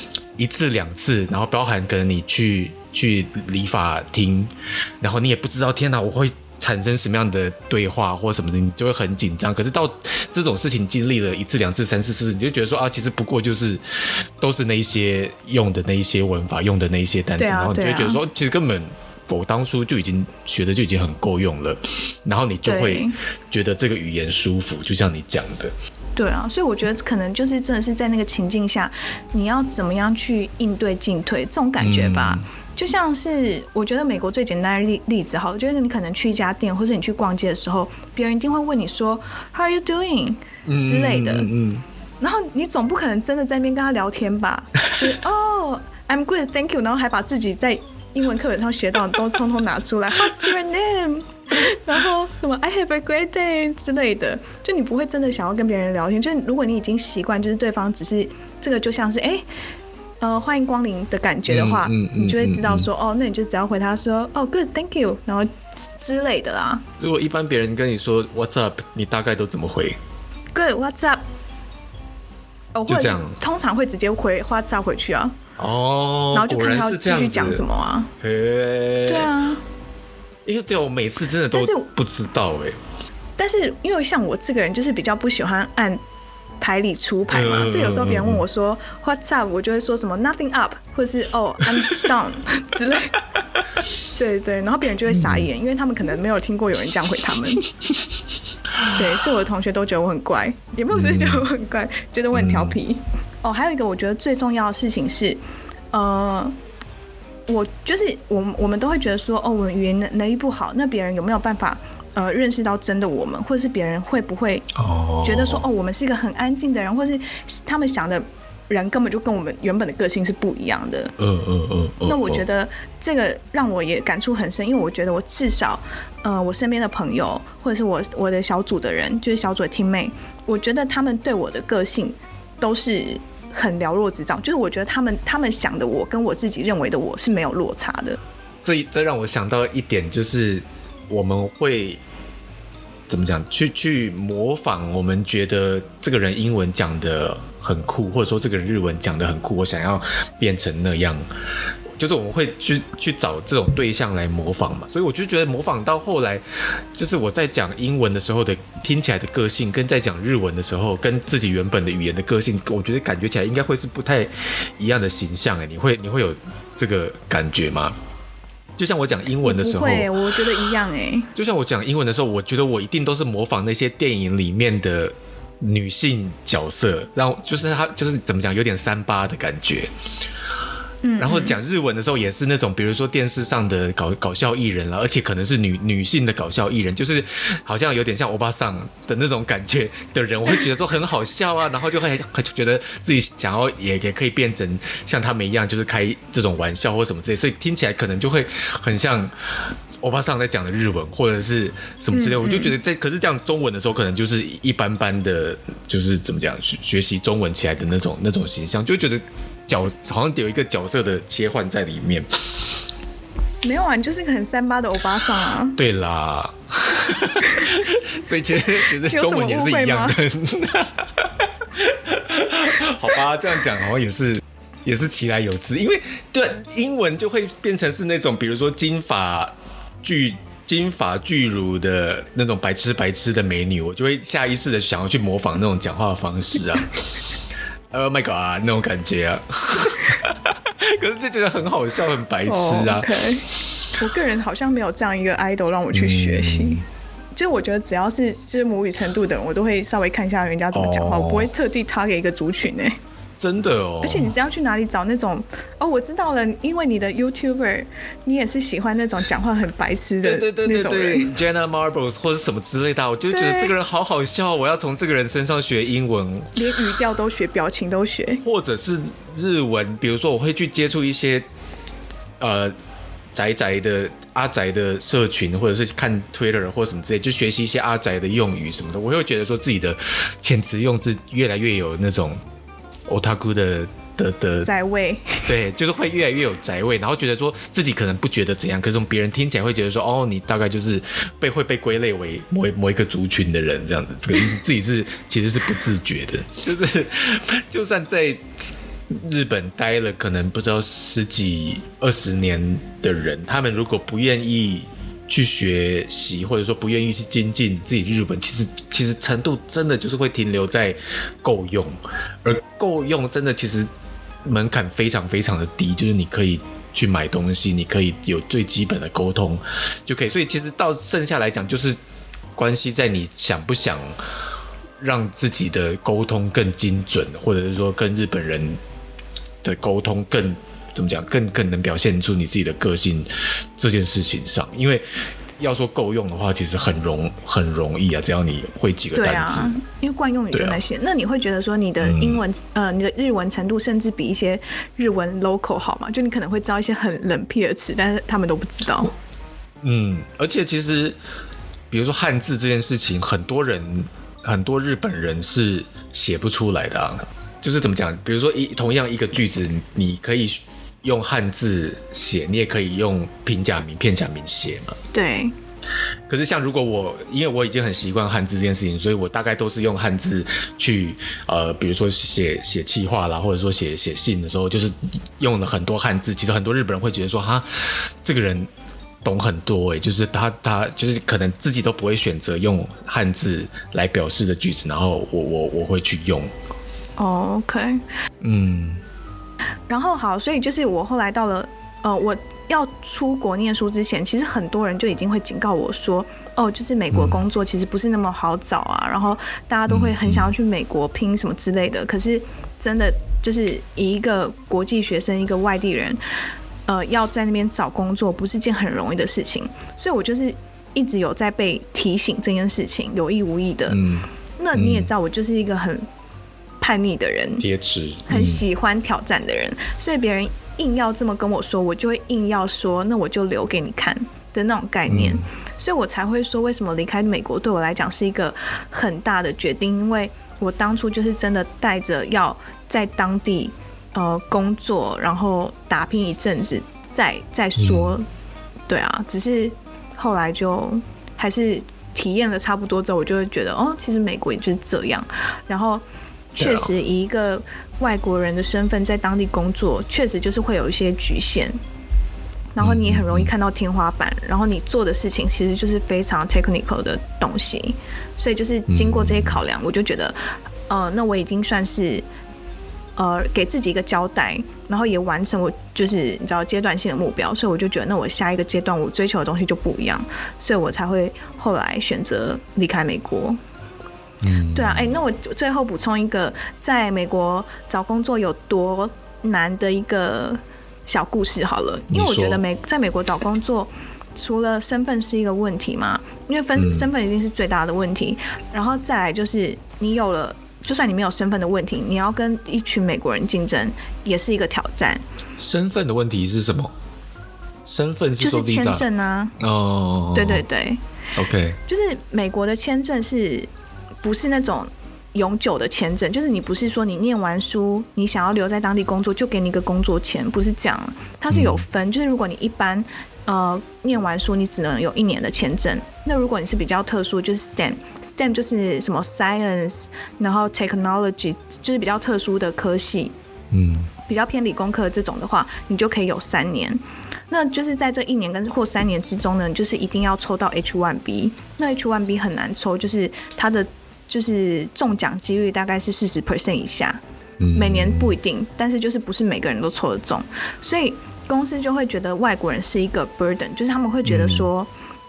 1次2次，然后包含可能你去理发厅，然后你也不知道，天哪，我会产生什么样的对话或什么的，你就会很紧张。可是到这种事情经历了1次2次3次4次，你就觉得说啊，其实不过就是都是那一些用的那一些文法，用的那一些单词，然后你就会觉得说，其实根本我当初就已经学的就已经很够用了，然后你就会觉得这个语言舒服，就像你讲的。 对啊，所以我觉得可能就是真的是在那个情境下，你要怎么样去应对进退这种感觉吧。就像是我觉得美国最简单的例子，好，就是你可能去一家店，或是你去逛街的时候，别人一定会问你说 "How are you doing" 之类的，然后你总不可能真的在那边跟他聊天吧？就是哦 "I'm good, thank you"， 然后还把自己在英文课本上学到的都通通拿出来 "What's your name"， 然后什么 "I have a great day" 之类的，就你不会真的想要跟别人聊天。就是如果你已经习惯，就是对方只是这个就像是欢迎光临的感觉的话，你就会知道说哦，那你就只要回他说哦 "Good, thank you"， 然后之类的啦。 如果一般别人跟你说 "What's up"， 你大概都怎么回 ？"Good, what's up"， 就这样， 通常会直接回 "What's up" 回去啊。 哦， 然后就看他要继续讲什么啊。对啊， 因为对我每次真的都不知道但是因为像我这个人就是比较不喜欢按牌理出牌嘛，所以有时候别人问我说 "What's up"， 我就会说什么 "Nothing up"， 或者是"Oh, I'm down" 之类。对，然后别人就会傻眼，因为他们可能没有听过有人这样回他们。对，所以我的同学都觉得我很怪，也没有觉得我很怪，觉得我很调皮。还有一个我觉得最重要的事情是，我就是我们都会觉得说，我们语言能力不好，那别人有没有办法认识到真的我们，或者是别人会不会觉得说，我们是一个很安静的人，或是他们想的人根本就跟我们原本的个性是不一样的。那我觉得这个让我也感触很深，因为我觉得我至少，我身边的朋友或者是我的小组的人，就是小组的 teammate， 我觉得他们对我的个性都是很了若指掌，就是我觉得他们想的我跟我自己认为的我是没有落差的。 这让我想到一点，就是我们会怎么讲？去模仿我们觉得这个人英文讲得很酷，或者说这个人日文讲得很酷，我想要变成那样。就是我们会去找这种对象来模仿嘛，所以我就觉得模仿到后来，就是我在讲英文的时候的听起来的个性，跟在讲日文的时候，跟自己原本的语言的个性，我觉得感觉起来应该会是不太一样的形象。你会有这个感觉吗？就像我讲英文的时候， 不会，我觉得一样就像我讲英文的时候，我觉得我一定都是模仿那些电影里面的女性角色，然后就是她就是怎么讲，有点3八的感觉。然后讲日文的时候也是那种，比如说电视上的搞笑艺人啦，而且可能是女性的搞笑艺人，就是好像有点像欧巴桑的那种感觉的人，我会觉得说很好笑啊，然后就会觉得自己想要也可以变成像他们一样，就是开这种玩笑或什么之类，所以听起来可能就会很像欧巴桑在讲的日文或者是什么之类，我就觉得可是这样中文的时候，可能就是一般般的，就是怎么讲学习中文起来的那种形象，就觉得。好像有一个角色的切换在里面， 没有啊，你就是个很3八的欧巴桑啊。 对啦，所以其实中文也是一样的。好吧，这样讲好像也是其来有自，因为对英文就会变成是那种，比如说金发巨乳的那种白痴的美女，我就会下意识的想要去模仿那种讲话的方式啊。Oh my god， 那种感觉啊，可是就觉得很好笑，很白痴啊。 OK， 我个人好像没有这样一个 idol 让我去学习。 就是我觉得只要是就是母语程度的人，我都会稍微看一下人家怎么讲话，我不会特地target一个族群欸。 真的哦， 而且你是要去哪里找那种我知道了，因为你的 YouTuber 你也是喜欢那种讲话很白痴的那种人 ，Jenna Marbles 或者什么之类的，我就觉得这个人好好笑，我要从这个人身上学英文， 连语调都学，表情都学， 或者是日文，比如说我会去接触一些宅宅的阿宅的社群，或者是看 Twitter 或什么之类，就学习一些阿宅的用语什么的，我会觉得说自己的遣词用字越来越有那种 otaku 的宅味， 对，就是会越来越有宅味，然后觉得说自己可能不觉得怎样，可是从别人听起来会觉得说，哦，你大概就是会被归类为某一个族群的人这样子，可是自己其实是不自觉的，就是就算在日本待了可能不知道10几20年的人，他们如果不愿意去学习，或者说不愿意去精进自己日本，其实程度真的就是会停留在够用，而够用真的其实门槛非常非常的低，就是你可以去买东西，你可以有最基本的沟通就可以，所以其实到剩下来讲，就是关系在你想不想让自己的沟通更精准，或者是说跟日本人的沟通更怎么讲，更能表现出你自己的个性这件事情上，因为要说够用的话，其实很容易啊，只要你会几个单字。对啊， 因为惯用语就那些。那你会觉得说你的英文你的日文程度甚至比一些日文 local 好吗？就你可能会知道一些很冷僻的词，但是他们都不知道。 而且其实比如说汉字这件事情，很多日本人是写不出来的啊。就是怎么讲？比如说同样一个句子，你可以用汉字写，你也可以用平假名、片假名写嘛。 对。 可是像如果因为我已经很习惯汉字这件事情，所以我大概都是用汉字去比如说写企划啦，或者说写信的时候，就是用了很多汉字。其实很多日本人会觉得说，哈，这个人懂很多就是他就是可能自己都不会选择用汉字来表示的句子，然后我会去用。 OK， 然后好，所以就是我后来到了我要出国念书之前，其实很多人就已经会警告我说，就是美国工作其实不是那么好找啊，然后大家都会很想要去美国拼什么之类的。可是真的就是以一个国际学生，一个外地人，要在那边找工作不是件很容易的事情，所以我就是一直有在被提醒这件事情，有意无意的。那你也知道，我就是一个很叛逆的人， 铁齿， 很喜欢挑战的人，所以别人硬要这么跟我说，我就会硬要说，那我就留给你看的那种概念。所以我才会说，为什么离开美国对我来讲是一个很大的决定，因为我当初就是真的带着要在当地工作，然后打拼一阵子再说。对啊，只是后来就还是体验了差不多之后，我就会觉得其实美国也就是这样。然后确实以一个外国人的身份在当地工作，确实就是会有一些局限，然后你也很容易看到天花板，然后你做的事情其实就是非常 technical 的东西，所以就是经过这些考量，我就觉得那我已经算是给自己一个交代，然后也完成我就是你知道阶段性的目标，所以我就觉得那我下一个阶段我追求的东西就不一样，所以我才会后来选择离开美国。对啊，那我最后补充一个在美国找工作有多难的一个小故事好了，因为我觉得在美国找工作，除了身份是一个问题嘛，因为身份一定是最大的问题，然后再来就是你有了，就算你没有身份的问题，你要跟一群美国人竞争也是一个挑战。 身份的问题是什么？身份是说就是签证啊。对对对。 OK， 就是美国的签证不是那种永久的签证，就是你不是说你念完书，你想要留在当地工作就给你一个工作签，不是这样，它是有分。就是如果你一般念完书，你只能有1年的签证。那如果你是比较特殊，就是 STEM 就是什么 Science， 然后 Technology 就是比较特殊的科系，比较偏理工科这种的话，你就可以有3年。那就是在这1年或3年之中呢，你就是一定要抽到 H1B。那 H1B 很难抽，就是它的就是中奖几率大概是40% 以下，每年不一定，但是就是不是每个人都抽得中，所以公司就会觉得外国人是一个 burden， 就是他们会觉得说，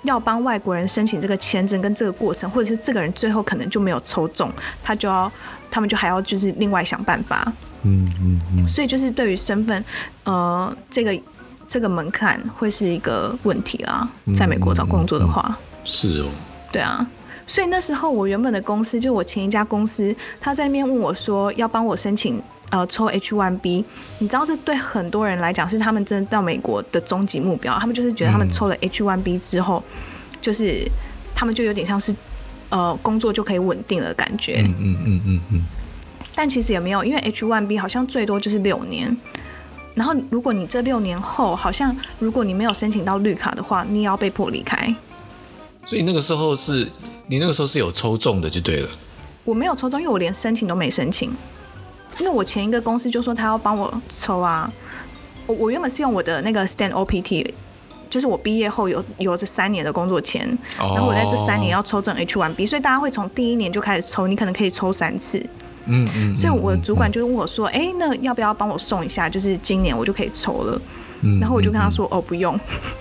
要帮外国人申请这个签证跟这个过程，或者是这个人最后可能就没有抽中，他们就还要就是另外想办法。所以就是对于身份，这个门槛会是一个问题啦，在美国找工作的话。 是哦。 对啊。所以那时候我原本的公司，就我前一家公司，他在那边问我说要帮我申请抽 H1B， 你知道这对很多人来讲是他们真的到美国的终极目标，他们就是觉得他们抽了 H1B 之后，就是他们就有点像是工作就可以稳定的感觉。但其实也没有，因为 H1B 好像最多就是6年，然后如果你这6年后，好像如果你没有申请到绿卡的话，你也要被迫离开。 所以你那个时候是有抽中的就对了。 我没有抽中，因为我连申请都没申请。因为我前一个公司就说他要帮我抽啊，我原本是用我的那个 STEM OPT， 就是我毕业后有这3年的工作签，然后我在这3年要抽中 H1B， 所以大家会从第1年就开始抽，你可能可以抽3次。所以我的主管就问我说：“那要不要帮我送一下？就是今年我就可以抽了。”然后我就跟他说：“不用。”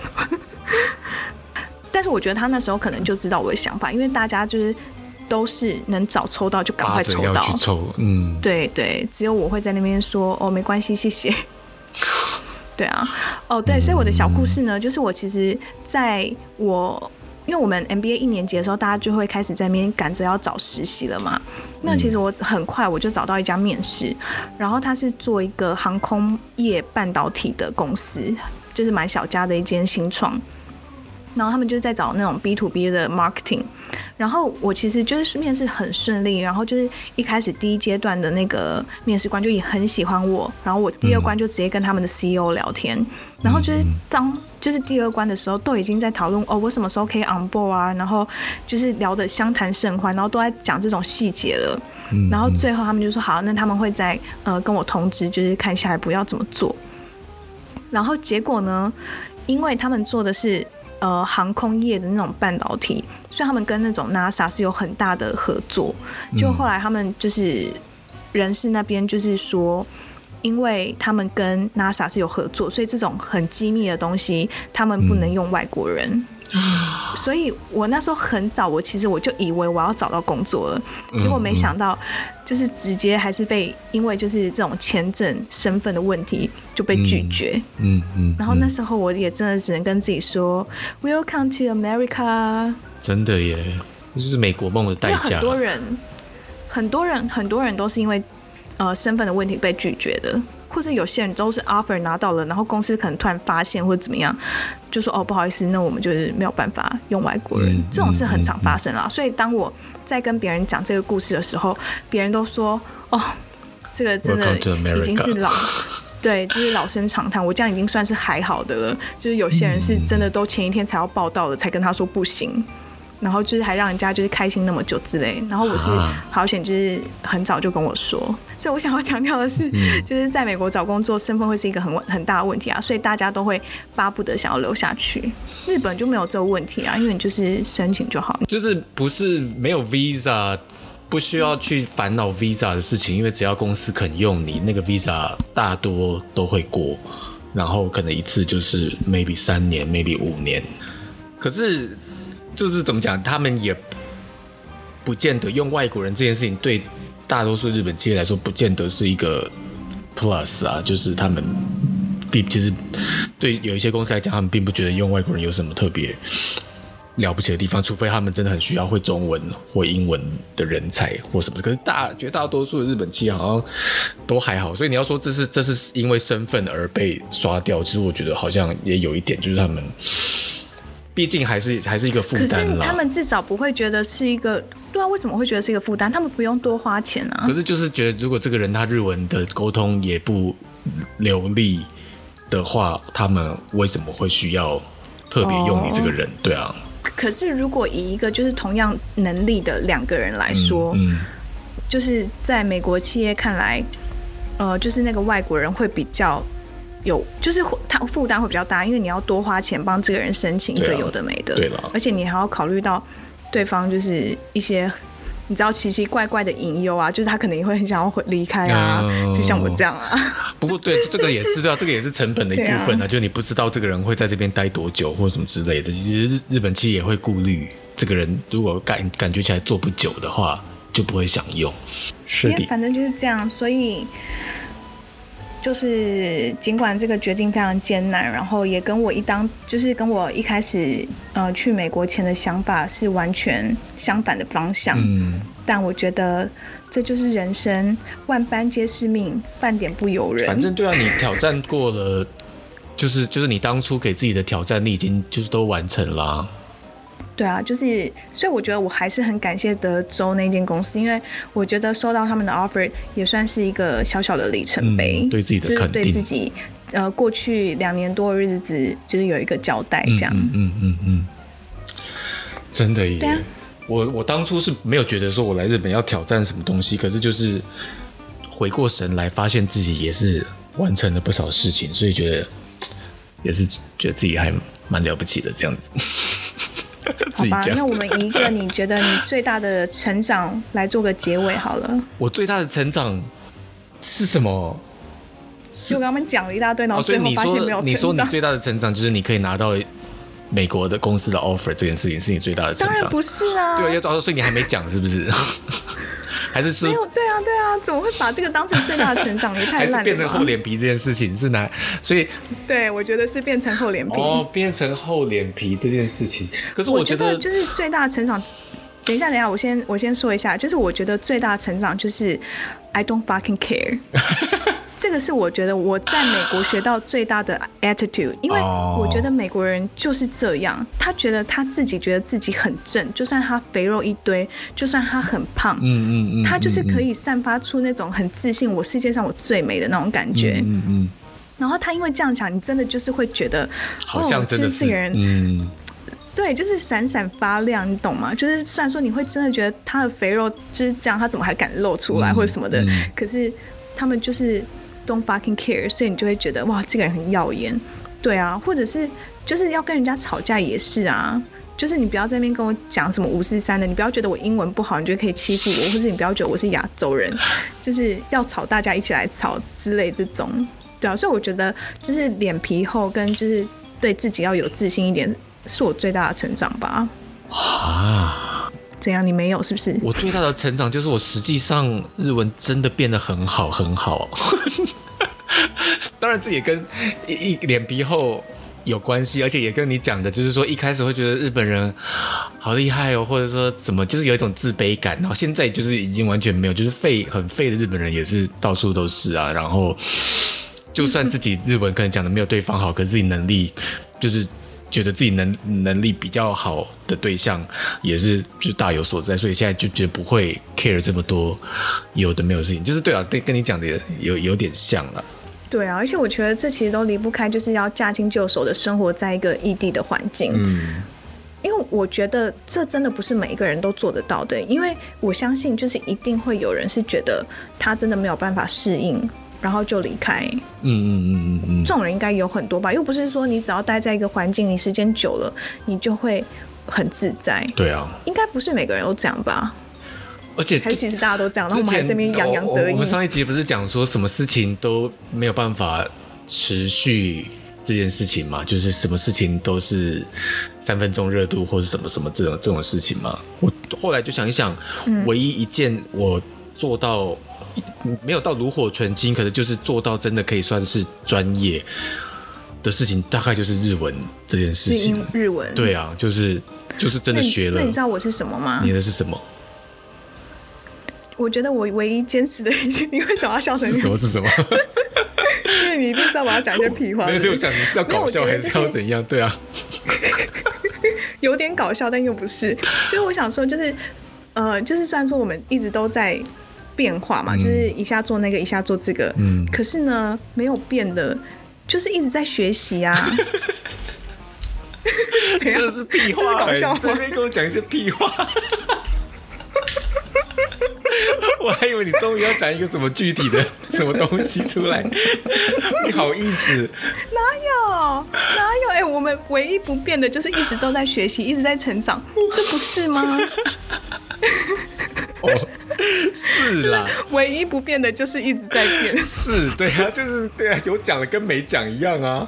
但是我觉得他那时候可能就知道我的想法，因为大家就是都是能早抽到就赶快抽到， 去抽。 对对，只有我会在那边说：“没关系，谢谢。”对啊，对，所以我的小故事呢，就是我其实因为我们 MBA 1年级的时候，大家就会开始在那边赶着要找实习了嘛。那其实我很快我就找到一家面试，然后他是做一个航空业半导体的公司，就是蛮小家的一间新创。然后他们就是在找那种 B2B 的 marketing， 然后我其实就是面试很顺利，然后就是一开始第1阶段的那个面试官就也很喜欢我，然后我第2关就直接跟他们的 CEO 聊天，然后就是就是第2关的时候都已经在讨论我什么时候可以 on board 啊，然后就是聊得相谈甚欢，然后都在讲这种细节了，然后最后他们就说好，那他们会再跟我通知，就是看下一步要怎么做。然后结果呢，因为他们做的是航空业的那种半导体，所以他们跟那种 NASA 是有很大的合作。就后来他们就是人事那边就是说，因为他们跟 NASA 是有合作，所以这种很机密的东西他们不能用外国人。所以我那时候很早，其实我就以为我要找到工作了，结果没想到就是直接还是因为就是这种签证身份的问题就被拒绝。然后那时候我也真的只能跟自己说 Welcome to America。 真的耶，这就是美国梦的代价。 很多人都是因为身份的问题被拒绝的，或者有些人都是 offer 拿到了，然后公司可能突然发现或者怎么样，就说不好意思，那我们就是没有办法用外国人。这种事很常发生啦。所以当我在跟别人讲这个故事的时候，别人都说这个真的已经是对，就是老生常谈，我这样已经算是还好的了。就是有些人是真的都前一天才要报到的，才跟他说不行，然后就是还让人家就是开心那么久之类。然后我是好险，就是很早就跟我说。所以我想要强调的是，就是在美国找工作，身份会是一个很大的问题啊，所以大家都会巴不得想要留下去。日本就没有这个问题啊，因为你就是申请就好， 就是不是没有 visa， 不需要去烦恼 visa 的事情，因为只要公司肯用你，那个 visa 大多都会过，然后可能一次就是 maybe 3年 maybe 5年。可是就是怎么讲，他们也不见得用外国人这件事情对大多数日本企业来说不见得是一个 plus 啊，就是他们其实对有一些公司来讲，他们并不觉得用外国人有什么特别了不起的地方，除非他们真的很需要会中文或英文的人才或什么。可是绝大多数的日本企业好像都还好，所以你要说这是因为身份而被刷掉，其实我觉得好像也有一点，就是他们毕竟还是一个负担啦。 可是他们至少不会觉得是一个，对啊，为什么会觉得是一个负担？他们不用多花钱啊。 可是就是觉得，如果这个人他日文的沟通也不流利的话，他们为什么会需要特别用你这个人？对啊。 可是如果以一个就是同样能力的2个人来说，就是在美国企业看来，就是那个外国人会比较就是他负担会比较大，因为你要多花钱帮这个人申请一个有的没的， 对啦， 而且你还要考虑到对方就是一些你知道奇奇怪怪的隐忧啊，就是他可能也会很想要离开啊，就像我这样啊。 不过对，这个也是对啊，这个也是成本的一部分啊，就你不知道这个人会在这边待多久或什么之类的。其实日本企业也会顾虑这个人，如果感觉起来做不久的话，就不会想用。是的， 反正就是这样，所以。就是尽管这个决定非常艰难，然后也跟我跟我一开始去美国前的想法是完全相反的方向。但我觉得这就是人生，万般皆是命，半点不由人。 反正对啊，你挑战过了，就是你当初给自己的挑战，你已经就是都完成了啊。 对啊，就是所以我觉得我还是很感谢德州那间公司，因为我觉得收到他们的 offer 也算是一个小小的里程碑， 对自己的肯定， 就是对自己过去2年多的日子就是有一个交代，这样。 真的耶。 对啊， 我当初是没有觉得说我来日本要挑战什么东西，可是就是回过神来，发现自己也是完成了不少事情，所以也是觉得自己还蛮了不起的这样子。 好吧，那我们以一个你觉得你最大的成长来做个结尾好了。 我最大的成长是什么？ 就刚刚讲了一大堆，然后最后发现没有成长。 你说你最大的成长就是你可以拿到美国的公司的 offer 这件事情是你最大的成长？ 当然不是啊。 对啊，所以你还没讲是不是？还是说没有？对啊，怎么会把这个当成最大的成长？也太烂了吧。 还是变成厚脸皮这件事情是哪？所以对，我觉得是变成厚脸皮。 变成厚脸皮这件事情。可是我觉得就是最大的成长。等一下，我先说一下，就是我觉得最大的成长就是 I don't fucking care。这个是我觉得我在美国学到最大的 attitude， 因为我觉得美国人就是这样，他觉得自己很正，就算他肥肉一堆，就算他很胖，他就是可以散发出那种很自信，我世界上我最美的那种感觉。然后他因为这样讲，你真的就是会觉得， 好像真的是这个人，对，就是闪闪发亮，你懂吗？就是虽然说你会真的觉得他的肥肉就是这样，他怎么还敢露出来或者什么的，可是他们就是don't fucking care， 所以你就会觉得哇，这个人很耀眼。对啊，或者是就是要跟人家吵架也是啊，就是你不要在那边跟我讲什么543的，你不要觉得我英文不好，你就可以欺负我，或者你不要觉得我是亚洲人，就是要吵大家一起来吵之类这种。对啊，所以我觉得就是脸皮厚跟就是对自己要有自信一点，是我最大的成长吧。怎样？你没有是不是？ 我最大的成长就是我实际上日文真的变得很好很好。当然这也跟脸皮厚有关系，而且也跟你讲的就是说一开始会觉得日本人好厉害哦，或者说怎么就是有一种自卑感，然后现在就是已经完全没有，就是很废的日本人也是到处都是啊，然后就算自己日文可能讲的没有对方好，可是自己能力就是觉得自己能力比较好的对象也是就大有所在，所以现在就觉得不会 care 这么多有的没有的事情，就是对啊，跟你讲的有点像了。 对啊，而且我觉得这其实都离不开就是要驾轻就熟的生活在一个异地的环境。因为我觉得这真的不是每一个人都做得到的，因为我相信就是一定会有人是觉得他真的没有办法适应，然后就离开。这种人应该有很多吧，又不是说你只要待在一个环境，你时间久了，你就会很自在。 对啊， 应该不是每个人都这样吧？ 而且还其实大家都这样，然后我们还这边洋洋得意。 我们上一集不是讲说什么事情都没有办法持续这件事情嘛，就是什么事情都是3分钟热度或者什么什么这种事情嘛。我后来就想一想，唯一一件我做到没有到炉火纯青，可是就是做到真的可以算是专业的事情，大概就是日文这件事情。 日文， 对啊，就是真的学了。 那你知道我是什么吗？ 你的是什么？ 我觉得我唯一坚持的一件，你为什么要笑成是什么？ 因为你一定知道我要讲一些屁话。 没有，就想你是要搞笑还是要怎样？对啊， 有点搞笑，但又不是。就是我想说，就是虽然说我们一直都在变化嘛，就是一下做那个，一下做这个，可是呢，没有变的，就是一直在学习啊。 这是屁话， 这是搞笑吗？ 这边跟我讲一些屁话。我还以为你终于要讲一个什么具体的什么东西出来，你好意思？ 哪有？我们唯一不变的就是一直都在学习，一直在成长，这不是吗？ 是啦， 唯一不变的就是一直在变。 是，对啊，就是对啊，有讲的跟没讲一样啊。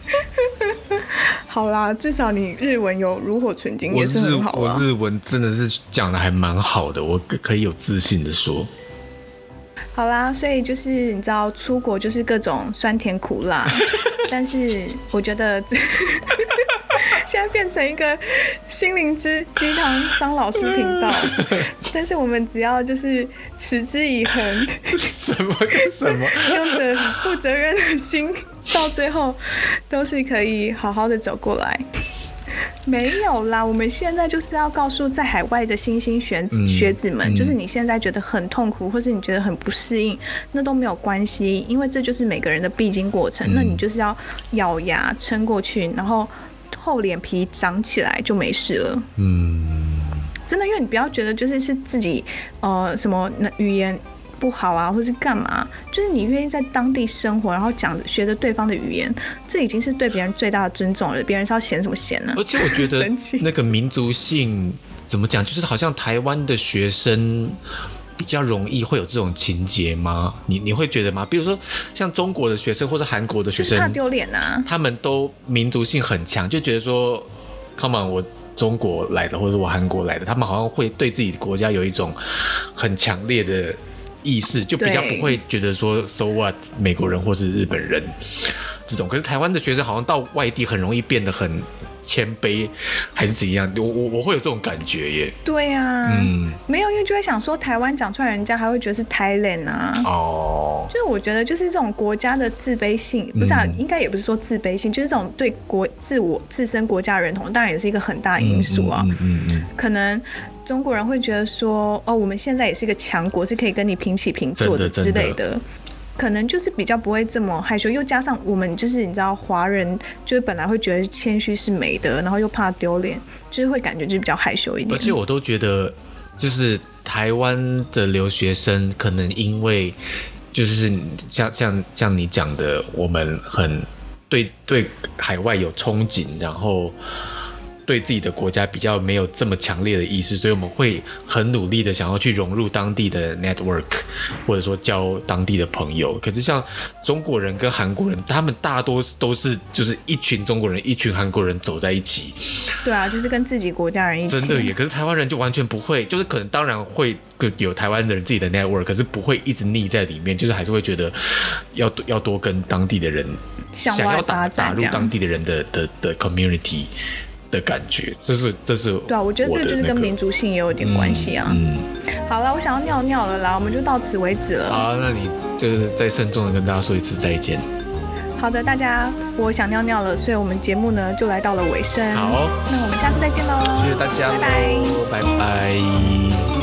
好啦，至少你日文有炉火纯青，也是很好啊。 我日文真的是讲的还蛮好的，我可以有自信的说。 好啦，所以就是你知道，出国就是各种酸甜苦辣，但是我觉得现在变成一个心灵鸡汤张老师频道，但是我们只要就是持之以恒， 什么跟什么， 用着负责任的心，到最后都是可以好好的走过来。没有啦，我们现在就是要告诉在海外的新兴学子们，就是你现在觉得很痛苦，或是你觉得很不适应，那都没有关系，因为这就是每个人的必经过程。那你就是要咬牙撑过去，然后厚脸皮长起来就没事了。真的，因为你不要觉得就是自己什么语言不好啊，或是干嘛，就是你愿意在当地生活，然后学着对方的语言，这已经是对别人最大的尊重了。别人是要嫌什么嫌呢？ 而且我觉得那个民族性怎么讲，就是好像台湾的学生比较容易会有这种情节吗？你会觉得吗？比如说像中国的学生或者韩国的学生， 就是怕丢脸啊， 他们都民族性很强，就觉得说 ，come on， 我中国来的，或者是我韩国来的，他们好像会对自己国家有一种很强烈的意识，就比较不会觉得说 so what 美国人或是日本人这种。可是台湾的学生好像到外地很容易变得很谦卑，还是怎样？我会有这种感觉耶。 对啊，没有，因为就会想说台湾讲出来，人家还会觉得是 Thailand 啊。就是我觉得就是这种国家的自卑性，不是啊，应该也不是说自卑性，就是这种对自身国家的认同，当然也是一个很大的因素啊。可能中国人会觉得说，我们现在也是一个强国，是可以跟你平起平坐的之类的。可能就是比较不会这么害羞，又加上我们就是你知道华人就是本来会觉得谦虚是美德，然后又怕丢脸，就是会感觉就是比较害羞一点。 而且我都觉得就是台湾的留学生可能因为就是像你讲的，我们很对海外有憧憬，然后对自己的国家比较没有这么强烈的意识，所以我们会很努力的想要去融入当地的 network， 或者说交当地的朋友。可是像中国人跟韩国人，他们大多都是就是一群中国人一群韩国人走在一起。对啊，就是跟自己国家人一起。 真的耶，可是台湾人就完全不会，就是可能当然会有台湾人自己的 network， 可是不会一直腻在里面，就是还是会觉得要多跟当地的人想要打入当地的人的 community。的感觉，这是对啊，我觉得这就是跟民族性也有点关系啊。好了，我想要尿尿了啦，我们就到此为止了。 好，那你就是再慎重的跟大家说一次再见。 好的，大家，我想尿尿了，所以我们节目呢就来到了尾声。 好， 那我们下次再见喽。 谢谢大家， 拜拜， 拜拜。